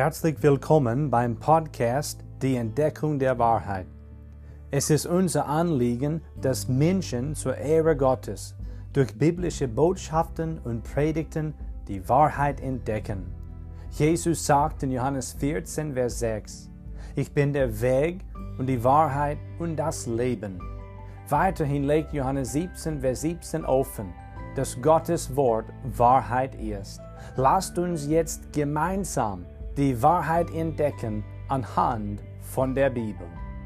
Herzlich willkommen beim Podcast Die Entdeckung der Wahrheit. Es ist unser Anliegen, dass Menschen zur Ehre Gottes durch biblische Botschaften und Predigten die Wahrheit entdecken. Jesus sagt in Johannes 14, Vers 6, Ich bin der Weg und die Wahrheit und das Leben. Weiterhin legt Johannes 17, Vers 17 offen, dass Gottes Wort Wahrheit ist. Lasst uns jetzt gemeinsam die Wahrheit entdecken anhand von der Bibel.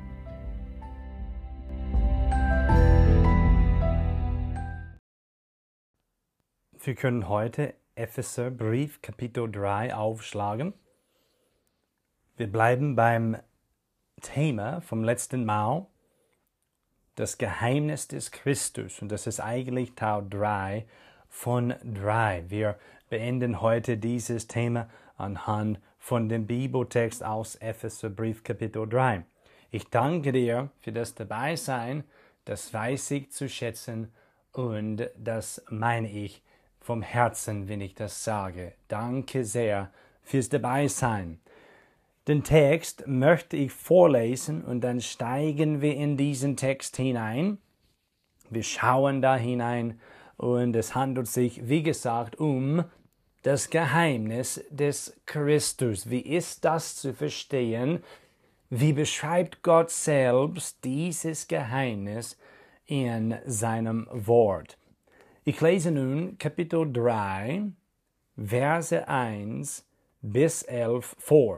Wir können heute Epheserbrief Kapitel 3 aufschlagen. Wir bleiben beim Thema vom letzten Mal, das Geheimnis des Christus. Und das ist eigentlich Teil 3 von 3. Wir beenden heute dieses Thema anhand von dem Bibeltext aus Epheserbrief Kapitel 3. Ich danke dir für das Dabeisein, das weiß ich zu schätzen und das meine ich vom Herzen, wenn ich das sage. Danke sehr fürs Dabeisein. Den Text möchte ich vorlesen und dann steigen wir in diesen Text hinein. Wir schauen da hinein und es handelt sich, wie gesagt, um das Geheimnis des Christus. Wie ist das zu verstehen? Wie beschreibt Gott selbst dieses Geheimnis in seinem Wort? Ich lese nun Kapitel 3, Verse 1 bis 11 vor.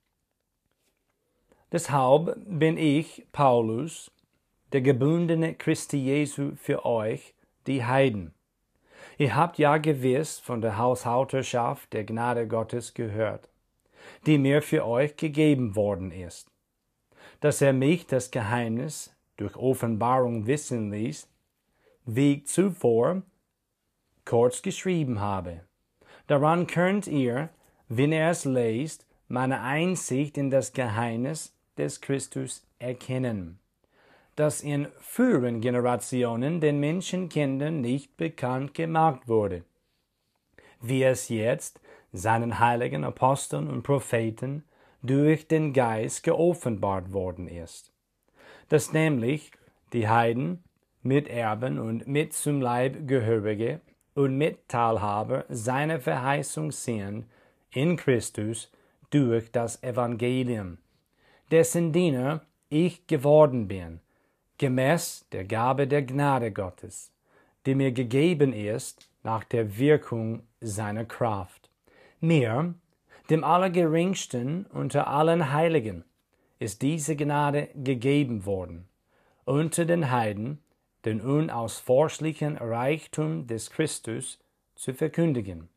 Deshalb bin ich, Paulus, der gebundene Christi Jesu für euch, die Heiden. Ihr habt ja gewiss von der Haushalterschaft der Gnade Gottes gehört, die mir für euch gegeben worden ist, dass mich das Geheimnis durch Offenbarung wissen ließ, wie ich zuvor kurz geschrieben habe. Daran könnt ihr, wenn ihr es lest, meine Einsicht in das Geheimnis des Christus erkennen, das in früheren Generationen den Menschenkindern nicht bekannt gemacht wurde, wie es jetzt seinen heiligen Aposteln und Propheten durch den Geist geoffenbart worden ist, dass nämlich die Heiden Miterben und mit zum Leib Gehörige und Mitteilhaber seiner Verheißung sind in Christus durch das Evangelium, dessen Diener ich geworden bin, gemäß der Gabe der Gnade Gottes, die mir gegeben ist nach der Wirkung seiner Kraft. Mir, dem Allergeringsten unter allen Heiligen, ist diese Gnade gegeben worden, unter den Heiden den unausforschlichen Reichtum des Christus zu verkündigen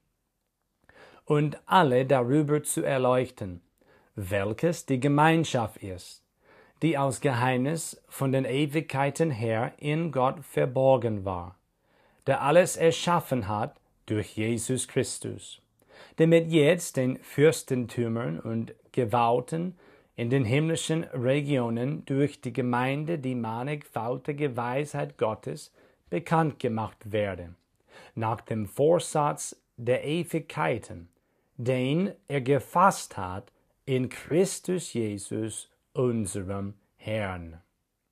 und alle darüber zu erleuchten, welches die Gemeinschaft ist, die aus Geheimnis von den Ewigkeiten her in Gott verborgen war, der alles erschaffen hat durch Jesus Christus, damit jetzt den Fürstentümern und Gewalten in den himmlischen Regionen durch die Gemeinde die mannigfaltige Weisheit Gottes bekannt gemacht werde, nach dem Vorsatz der Ewigkeiten, den er gefasst hat in Christus Jesus, unserem Herrn.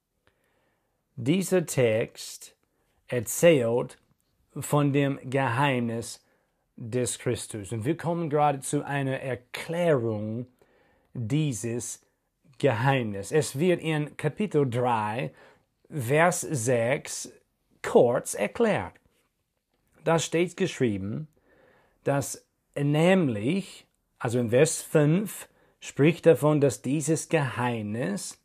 Dieser Text erzählt von dem Geheimnis des Christus. Und wir kommen gerade zu einer Erklärung dieses Geheimnis. Es wird in Kapitel 3, Vers 6 kurz erklärt. Da steht geschrieben, dass nämlich, also in Vers 5, spricht davon, dass dieses Geheimnis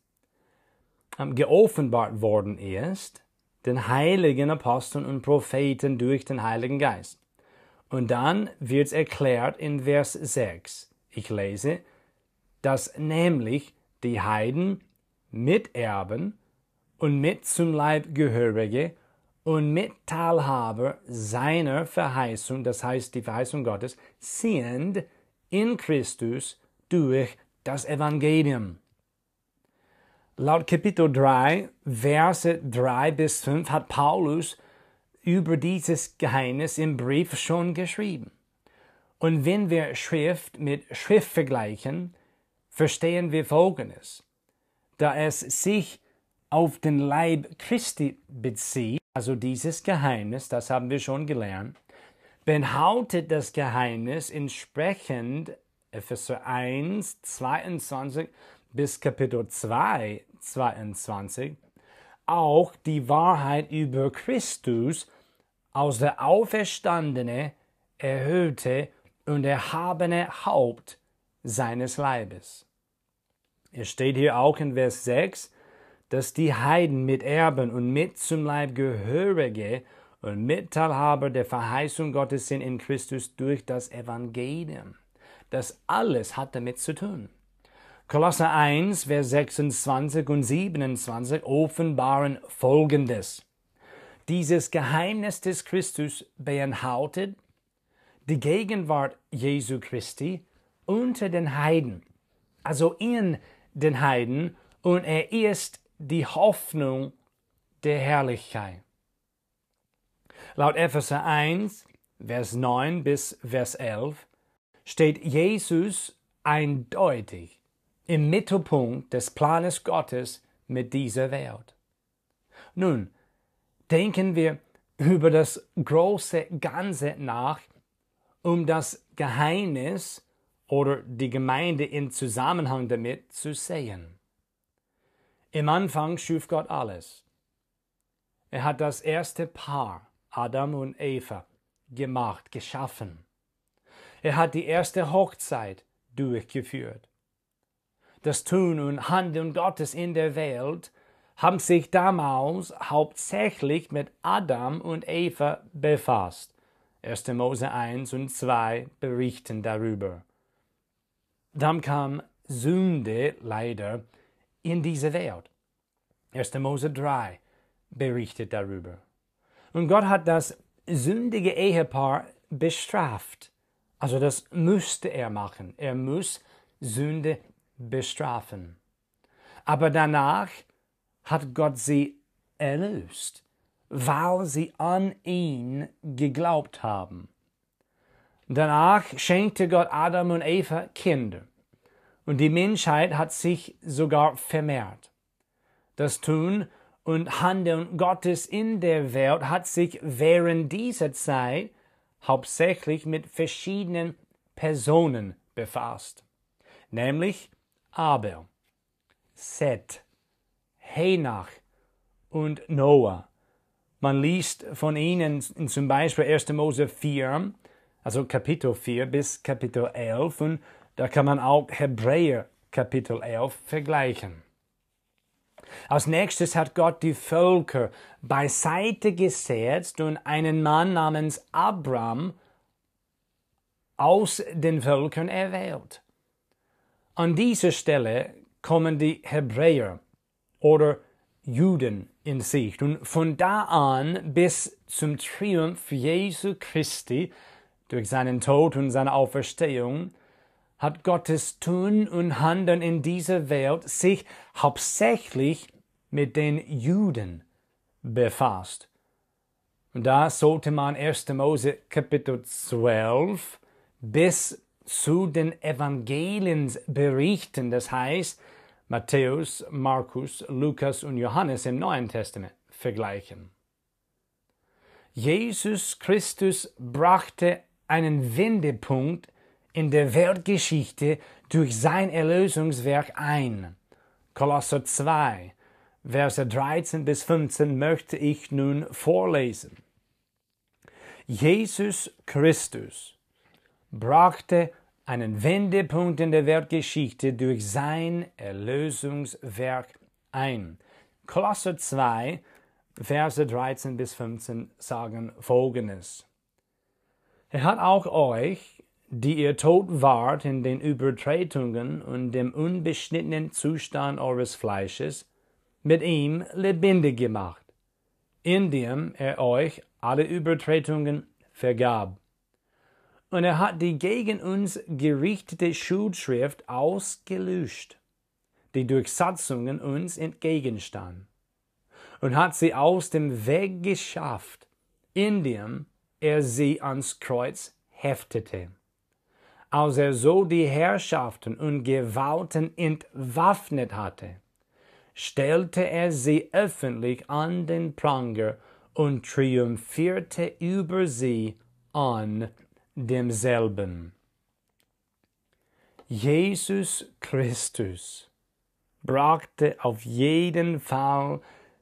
geoffenbart worden ist, den heiligen Aposteln und Propheten durch den Heiligen Geist. Und dann wird es erklärt in Vers 6. Ich lese, dass nämlich die Heiden Miterben und mit zum Leib Gehörige und Mitteilhaber seiner Verheißung, das heißt die Verheißung Gottes, sind in Christus durch das Evangelium. Laut Kapitel 3, Verse 3 bis 5 hat Paulus über dieses Geheimnis im Brief schon geschrieben. Und wenn wir Schrift mit Schrift vergleichen, verstehen wir Folgendes. Da es sich auf den Leib Christi bezieht, also dieses Geheimnis, das haben wir schon gelernt, beinhaltet das Geheimnis entsprechend Epheser 1, 22 bis Kapitel 2, 22, auch die Wahrheit über Christus als der auferstandene, erhöhte und erhabene Haupt seines Leibes. Es steht hier auch in Vers 6, dass die Heiden Miterben und mit zum Leib gehörige und Mitteilhaber der Verheißung Gottes sind in Christus durch das Evangelium. Das alles hat damit zu tun. Kolosser 1, Vers 26 und 27 offenbaren Folgendes. Dieses Geheimnis des Christus beinhaltet die Gegenwart Jesu Christi unter den Heiden, also in den Heiden, und er ist die Hoffnung der Herrlichkeit. Laut Epheser 1, Vers 9 bis Vers 11 steht Jesus eindeutig im Mittelpunkt des Planes Gottes mit dieser Welt. Nun, denken wir über das große Ganze nach, um das Geheimnis oder die Gemeinde in Zusammenhang damit zu sehen. Im Anfang schuf Gott alles. Er hat das erste Paar, Adam und Eva, gemacht, geschaffen. Er hat die erste Hochzeit durchgeführt. Das Tun und Handeln Gottes in der Welt haben sich damals hauptsächlich mit Adam und Eva befasst. 1. Mose 1 und 2 berichten darüber. Dann kam Sünde leider in diese Welt. 1. Mose 3 berichtet darüber. Und Gott hat das sündige Ehepaar bestraft. Also das müsste er machen. Er muss Sünde bestrafen. Aber danach hat Gott sie erlöst, weil sie an ihn geglaubt haben. Danach schenkte Gott Adam und Eva Kinder. Und die Menschheit hat sich sogar vermehrt. Das Tun und Handeln Gottes in der Welt hat sich während dieser Zeit hauptsächlich mit verschiedenen Personen befasst. Nämlich Abel, Seth, Henach und Noah. Man liest von ihnen in zum Beispiel 1. Mose 4, also Kapitel 4 bis Kapitel 11, und da kann man auch Hebräer Kapitel 11 vergleichen. Als nächstes hat Gott die Völker beiseite gesetzt und einen Mann namens Abram aus den Völkern erwählt. An dieser Stelle kommen die Hebräer oder Juden in Sicht. Und von da an bis zum Triumph Jesu Christi durch seinen Tod und seine Auferstehung hat Gottes Tun und Handeln in dieser Welt sich hauptsächlich mit den Juden befasst. Und da sollte man 1. Mose Kapitel 12 bis zu den Evangelien berichten, das heißt Matthäus, Markus, Lukas und Johannes im Neuen Testament vergleichen. Jesus Christus brachte einen Wendepunkt in der Weltgeschichte durch sein Erlösungswerk ein. Kolosser 2, Verse 13 bis 15 möchte ich nun vorlesen. Jesus Christus brachte einen Wendepunkt in der Weltgeschichte durch sein Erlösungswerk ein. Kolosser 2, Verse 13 bis 15 sagen Folgendes. Er hat auch euch, die ihr tot wart in den Übertretungen und dem unbeschnittenen Zustand eures Fleisches, mit ihm lebendig gemacht, indem er euch alle Übertretungen vergab. Und er hat die gegen uns gerichtete Schuldschrift ausgelöscht, die durch Satzungen uns entgegenstand, und hat sie aus dem Weg geschafft, indem er sie ans Kreuz heftete. als er so die Herrschaften und Gewalten entwaffnet hatte, stellte er sie öffentlich an den Pranger und triumphierte über sie an demselben. Jesus Christus brachte auf jeden Fall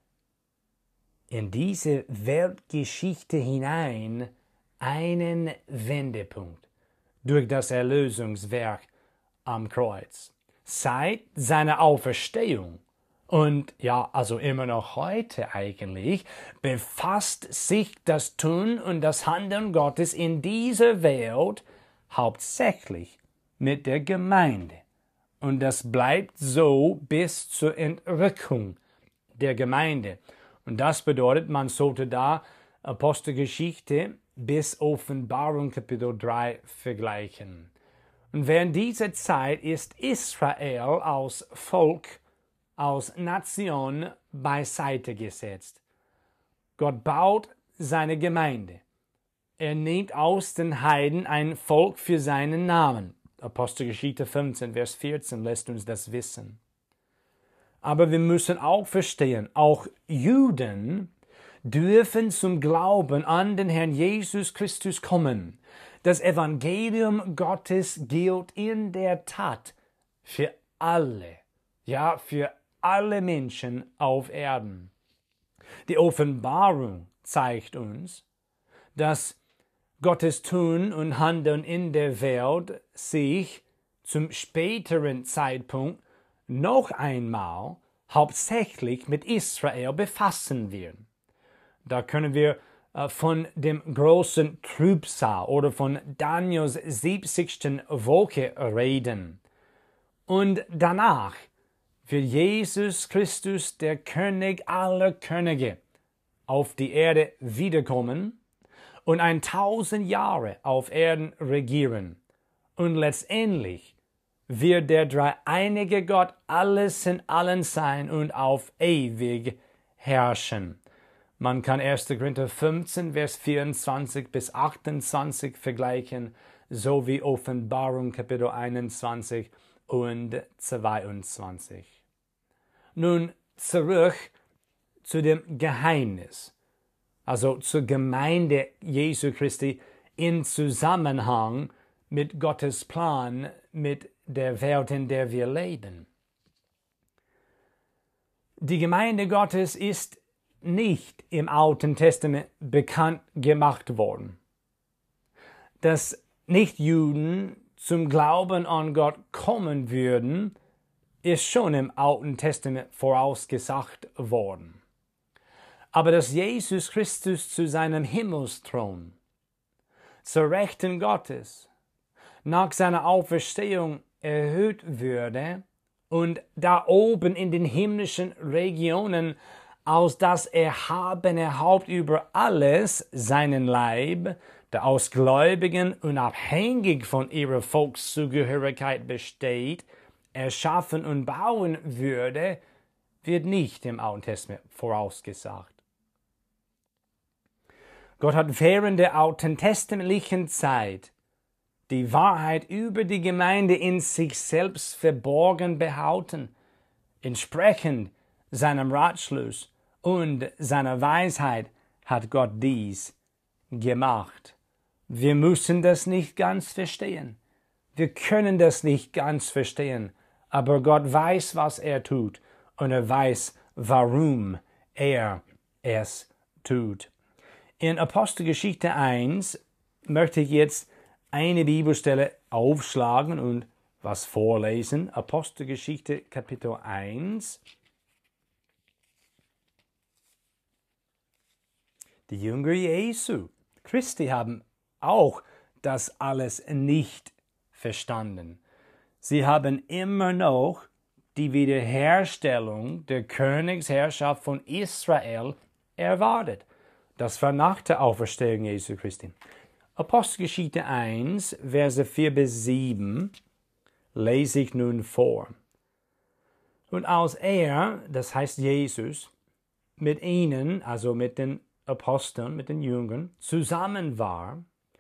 in diese Weltgeschichte hinein einen Wendepunkt durch das Erlösungswerk am Kreuz. Seit seiner Auferstehung und ja, also immer noch heute eigentlich, befasst sich das Tun und das Handeln Gottes in dieser Welt hauptsächlich mit der Gemeinde. Und das bleibt so bis zur Entrückung der Gemeinde. Und das bedeutet, man sollte da Apostelgeschichte bis Offenbarung Kapitel 3 vergleichen. Und während dieser Zeit ist Israel als Volk, als Nation beiseite gesetzt. Gott baut seine Gemeinde. Er nimmt aus den Heiden ein Volk für seinen Namen. Apostelgeschichte 15, Vers 14 lässt uns das wissen. Aber wir müssen auch verstehen, auch Juden dürfen zum Glauben an den Herrn Jesus Christus kommen. Das Evangelium Gottes gilt in der Tat für alle, ja, für alle Menschen auf Erden. Die Offenbarung zeigt uns, dass Gottes Tun und Handeln in der Welt sich zum späteren Zeitpunkt noch einmal hauptsächlich mit Israel befassen wird. Da können wir von dem großen Trübsal oder von Daniels 70. Woche reden. Und danach wird Jesus Christus, der König aller Könige, auf die Erde wiederkommen und 1000 Jahre auf Erden regieren. Und letztendlich wird der dreieinige Gott alles in allen sein und auf ewig herrschen. Man kann 1. Korinther 15, Vers 24 bis 28 vergleichen, sowie Offenbarung Kapitel 21 und 22. Nun zurück zu dem Geheimnis, also zur Gemeinde Jesu Christi in Zusammenhang mit Gottes Plan, mit der Welt, in der wir leben. Die Gemeinde Gottes ist nicht im Alten Testament bekannt gemacht worden. Dass Nichtjuden zum Glauben an Gott kommen würden, ist schon im Alten Testament vorausgesagt worden. Aber dass Jesus Christus zu seinem Himmelsthron, zur Rechten Gottes, nach seiner Auferstehung erhöht würde und da oben in den himmlischen Regionen als das erhabene Haupt über alles seinen Leib, der aus Gläubigen unabhängig von ihrer Volkszugehörigkeit besteht, erschaffen und bauen würde, wird nicht im Alten Testament vorausgesagt. Gott hat während der alttestamentlichen Zeit die Wahrheit über die Gemeinde in sich selbst verborgen behalten, entsprechend seinem Ratschluss und seiner Weisheit hat Gott dies gemacht. Wir müssen das nicht ganz verstehen. Wir können das nicht ganz verstehen, aber Gott weiß, was er tut und er weiß, warum er es tut. In Apostelgeschichte 1 möchte ich jetzt eine Bibelstelle aufschlagen und was vorlesen. Apostelgeschichte Kapitel 1. Die Jünger Jesu Christi haben auch das alles nicht verstanden. Sie haben immer noch die Wiederherstellung der Königsherrschaft von Israel erwartet. Das war nach der Auferstehung Jesu Christi. Apostelgeschichte 1, Verse 4 bis 7 lese ich nun vor. Und als er, das heißt Jesus, mit ihnen, also mit den Aposteln, mit den Jüngern, zusammen war,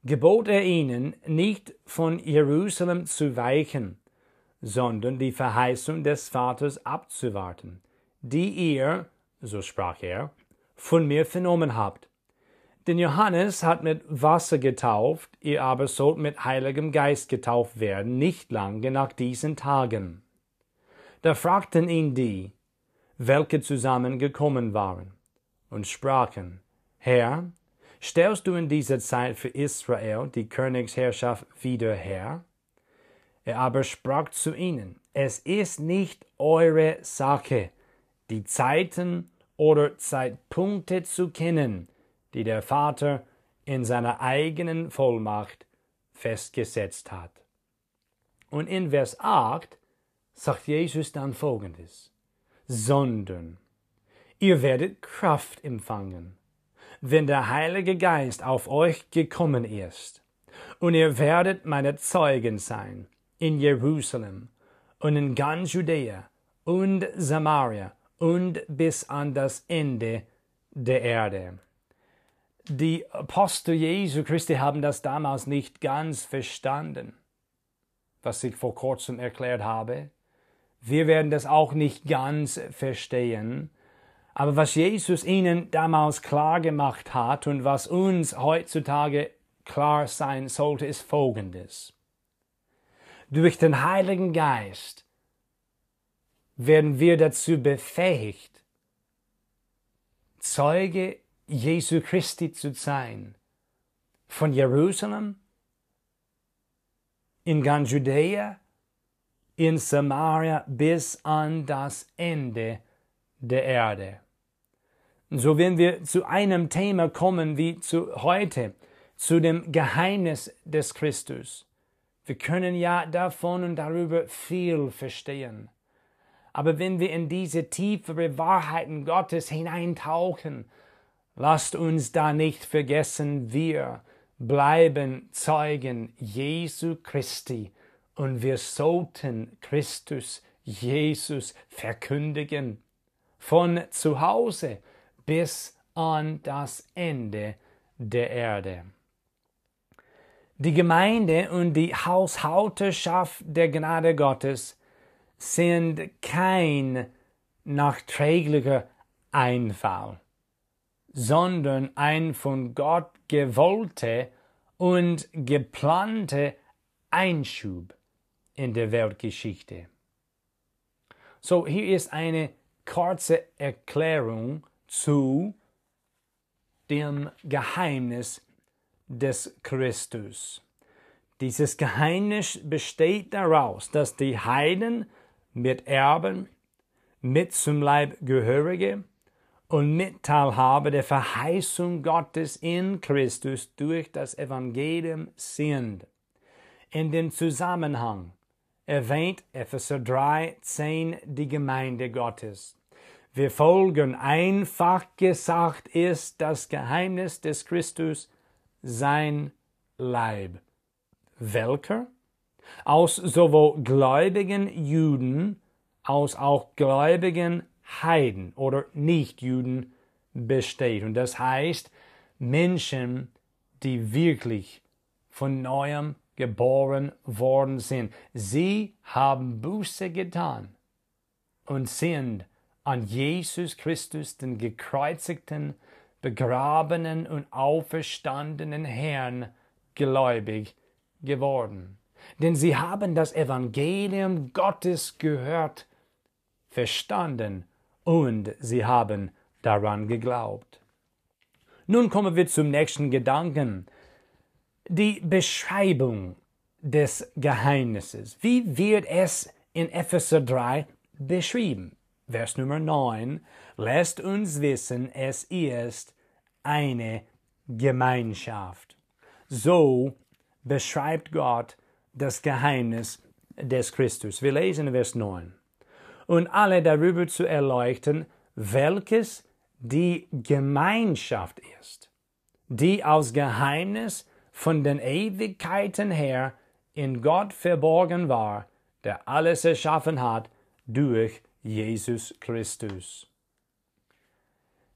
gebot er ihnen, nicht von Jerusalem zu weichen, sondern die Verheißung des Vaters abzuwarten, die ihr, so sprach er, von mir vernommen habt. Denn Johannes hat mit Wasser getauft, ihr aber sollt mit Heiligem Geist getauft werden, nicht lange nach diesen Tagen. Da fragten ihn die, welche zusammengekommen waren, und sprachen, Herr, stellst du in dieser Zeit für Israel die Königsherrschaft wieder her? Er aber sprach zu ihnen, es ist nicht eure Sache, die Zeiten oder Zeitpunkte zu kennen, die der Vater in seiner eigenen Vollmacht festgesetzt hat. Und in Vers 8 sagt Jesus dann Folgendes, sondern ihr werdet Kraft empfangen, wenn der Heilige Geist auf euch gekommen ist, und ihr werdet meine Zeugen sein in Jerusalem und in ganz Judäa und Samaria und bis an das Ende der Erde. Die Apostel Jesu Christi haben das damals nicht ganz verstanden, was ich vor kurzem erklärt habe. Wir werden das auch nicht ganz verstehen. Aber was Jesus ihnen damals klar gemacht hat und was uns heutzutage klar sein sollte, ist Folgendes. Durch den Heiligen Geist werden wir dazu befähigt, Zeuge Jesu Christi zu sein. Von Jerusalem, in ganz Judäa, in Samaria bis an das Ende der Erde. So wenn wir zu einem Thema kommen wie zu heute, zu dem Geheimnis des Christus. Wir können ja davon und darüber viel verstehen. Aber wenn wir in diese tiefere Wahrheiten Gottes hineintauchen, lasst uns da nicht vergessen, wir bleiben Zeugen Jesu Christi und wir sollten Christus Jesus verkündigen. Von zu Hause bis an das Ende der Erde. Die Gemeinde und die Haushalterschaft der Gnade Gottes sind kein nachträglicher Einfall, sondern ein von Gott gewollte und geplante Einschub in der Weltgeschichte. So, hier ist eine kurze Erklärung zu dem Geheimnis des Christus. Dieses Geheimnis besteht daraus, dass die Heiden Miterben, mit zum Leib Gehörige und Mitteilhaber der Verheißung Gottes in Christus durch das Evangelium sind. In dem Zusammenhang erwähnt Epheser 3,10 die Gemeinde Gottes. Wir folgen, einfach gesagt ist das Geheimnis des Christus sein Leib. Welcher? Aus sowohl gläubigen Juden als auch gläubigen Heiden oder Nichtjuden besteht. Und das heißt, Menschen, die wirklich von Neuem geboren worden sind. Sie haben Buße getan und sind an Jesus Christus, den gekreuzigten, begrabenen und auferstandenen Herrn, gläubig geworden. Denn sie haben das Evangelium Gottes gehört, verstanden und sie haben daran geglaubt. Nun kommen wir zum nächsten Gedanken. Die Beschreibung des Geheimnisses. Wie wird es in Epheser 3 beschrieben? Vers Nummer 9 lässt uns wissen, es ist eine Gemeinschaft. So beschreibt Gott das Geheimnis des Christus. Wir lesen Vers 9. Und alle darüber zu erleuchten, welches die Gemeinschaft ist, die aus Geheimnis von den Ewigkeiten her in Gott verborgen war, der alles erschaffen hat durch Jesus Christus.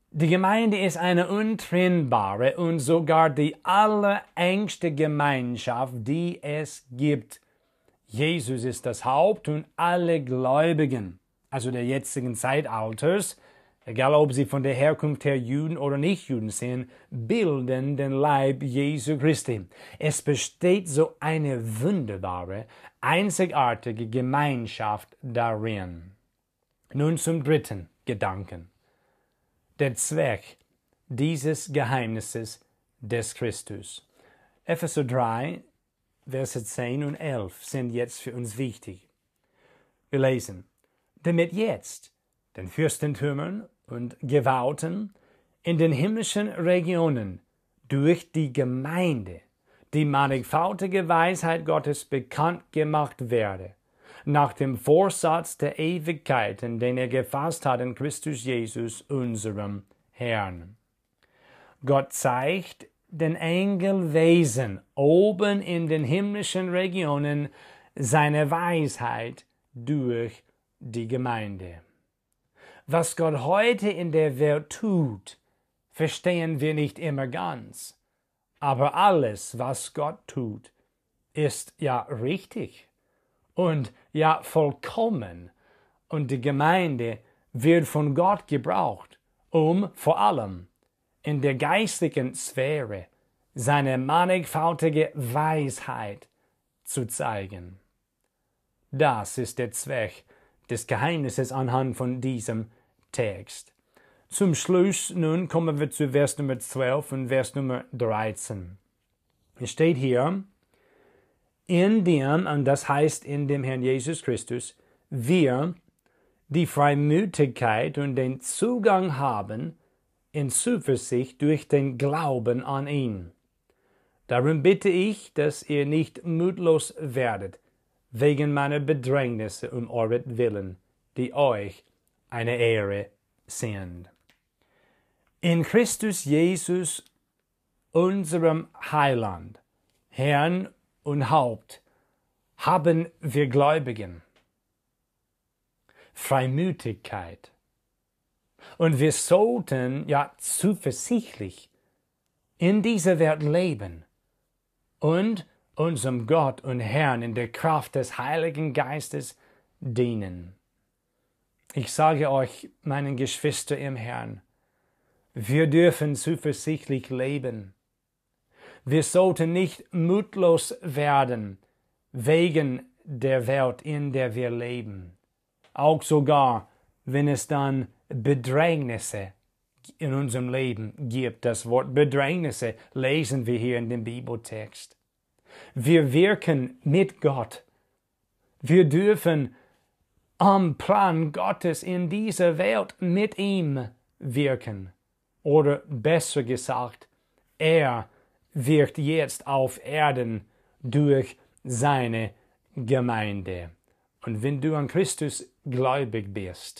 Die Gemeinde ist eine untrennbare und sogar die allerengste Gemeinschaft, die es gibt. Jesus ist das Haupt und alle Gläubigen, also der jetzigen Zeitalters, egal ob sie von der Herkunft her Juden oder Nichtjuden sind, bilden den Leib Jesu Christi. Es besteht so eine wunderbare, einzigartige Gemeinschaft darin. Nun zum dritten Gedanken. Der Zweck dieses Geheimnisses des Christus. Epheser 3, Verse 10 und 11 sind jetzt für uns wichtig. Wir lesen, damit jetzt den Fürstentümern und Gewalten in den himmlischen Regionen durch die Gemeinde die mannigfaltige Weisheit Gottes bekannt gemacht werde, nach dem Vorsatz der Ewigkeiten, den er gefasst hat in Christus Jesus, unserem Herrn. Gott zeigt den Engelwesen oben in den himmlischen Regionen seine Weisheit durch die Gemeinde. Was Gott heute in der Welt tut, verstehen wir nicht immer ganz. Aber alles, was Gott tut, ist ja richtig und ja vollkommen. Und die Gemeinde wird von Gott gebraucht, um vor allem in der geistlichen Sphäre seine mannigfaltige Weisheit zu zeigen. Das ist der Zweck des Geheimnisses anhand von diesem Text. Zum Schluss nun kommen wir zu Vers Nummer 12 und Vers Nummer 13. Es steht hier, in dem, und das heißt in dem Herrn Jesus Christus, wir die Freimütigkeit und den Zugang haben in Zuversicht durch den Glauben an ihn. Darum bitte ich, dass ihr nicht mutlos werdet, wegen meiner Bedrängnisse um euretwillen, die euch eine Ehre sind. In Christus Jesus, unserem Heiland, Herrn und Haupt, haben wir Gläubigen Freimütigkeit. Und wir sollten ja zuversichtlich in dieser Welt leben und unserem Gott und Herrn in der Kraft des Heiligen Geistes dienen. Ich sage euch, meinen Geschwister im Herrn, wir dürfen zuversichtlich leben. Wir sollten nicht mutlos werden wegen der Welt, in der wir leben. Auch sogar, wenn es dann Bedrängnisse in unserem Leben gibt. Das Wort Bedrängnisse lesen wir hier in dem Bibeltext. Wir wirken mit Gott. Wir dürfen am Plan Gottes in dieser Welt mit ihm wirken. Oder besser gesagt, er wirkt jetzt auf Erden durch seine Gemeinde. Und wenn du an Christus gläubig bist,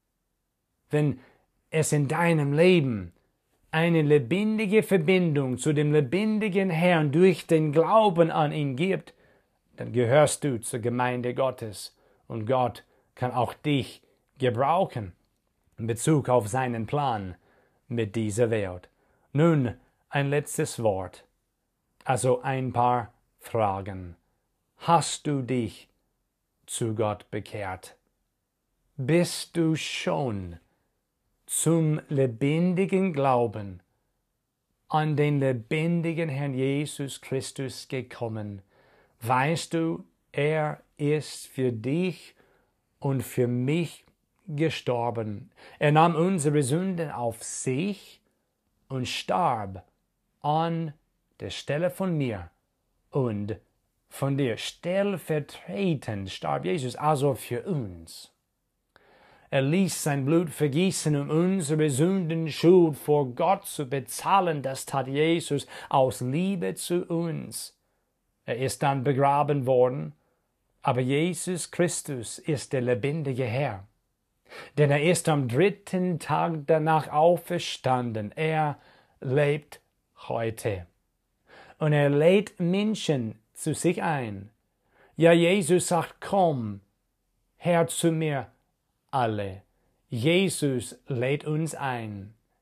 wenn es in deinem Leben eine lebendige Verbindung zu dem lebendigen Herrn durch den Glauben an ihn gibt, dann gehörst du zur Gemeinde Gottes und Gott kann auch dich gebrauchen in Bezug auf seinen Plan mit dieser Welt. Nun ein letztes Wort, also ein paar Fragen. Hast du dich zu Gott bekehrt? Bist du schon zum lebendigen Glauben an den lebendigen Herrn Jesus Christus gekommen? Weißt du, er ist für dich und für mich gestorben. Er nahm unsere Sünden auf sich und starb an der Stelle von mir und von dir. Stellvertretend starb Jesus also für uns. Er ließ sein Blut vergießen, um unsere Sündenschuld vor Gott zu bezahlen. Das tat Jesus aus Liebe zu uns. Er ist dann begraben worden, aber Jesus Christus ist der lebendige Herr. Denn er ist am dritten Tag danach auferstanden. Er lebt heute. Und er lädt Menschen zu sich ein. Ja, Jesus sagt, komm, her zu mir alle. Jesus lädt uns ein.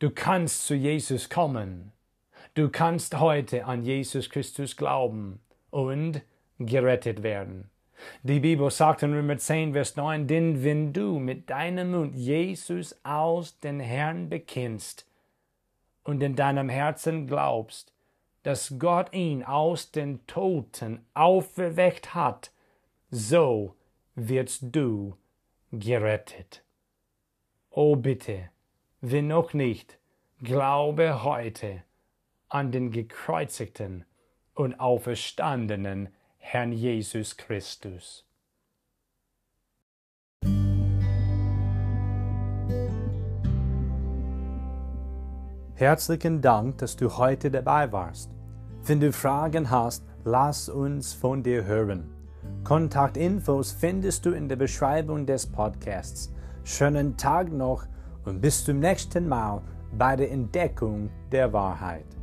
Du kannst zu Jesus kommen. Du kannst heute an Jesus Christus glauben und gerettet werden. Die Bibel sagt in Römer 10, Vers 9, denn wenn du mit deinem Mund Jesus als den Herrn bekennst und in deinem Herzen glaubst, dass Gott ihn aus den Toten auferweckt hat, so wirst du gerettet. Oh bitte, wenn noch nicht, glaube heute an den gekreuzigten und auferstandenen Herrn Jesus Christus. Herzlichen Dank, dass du heute dabei warst. Wenn du Fragen hast, lass uns von dir hören. Kontaktinfos findest du in der Beschreibung des Podcasts. Schönen Tag noch und bis zum nächsten Mal bei der Entdeckung der Wahrheit.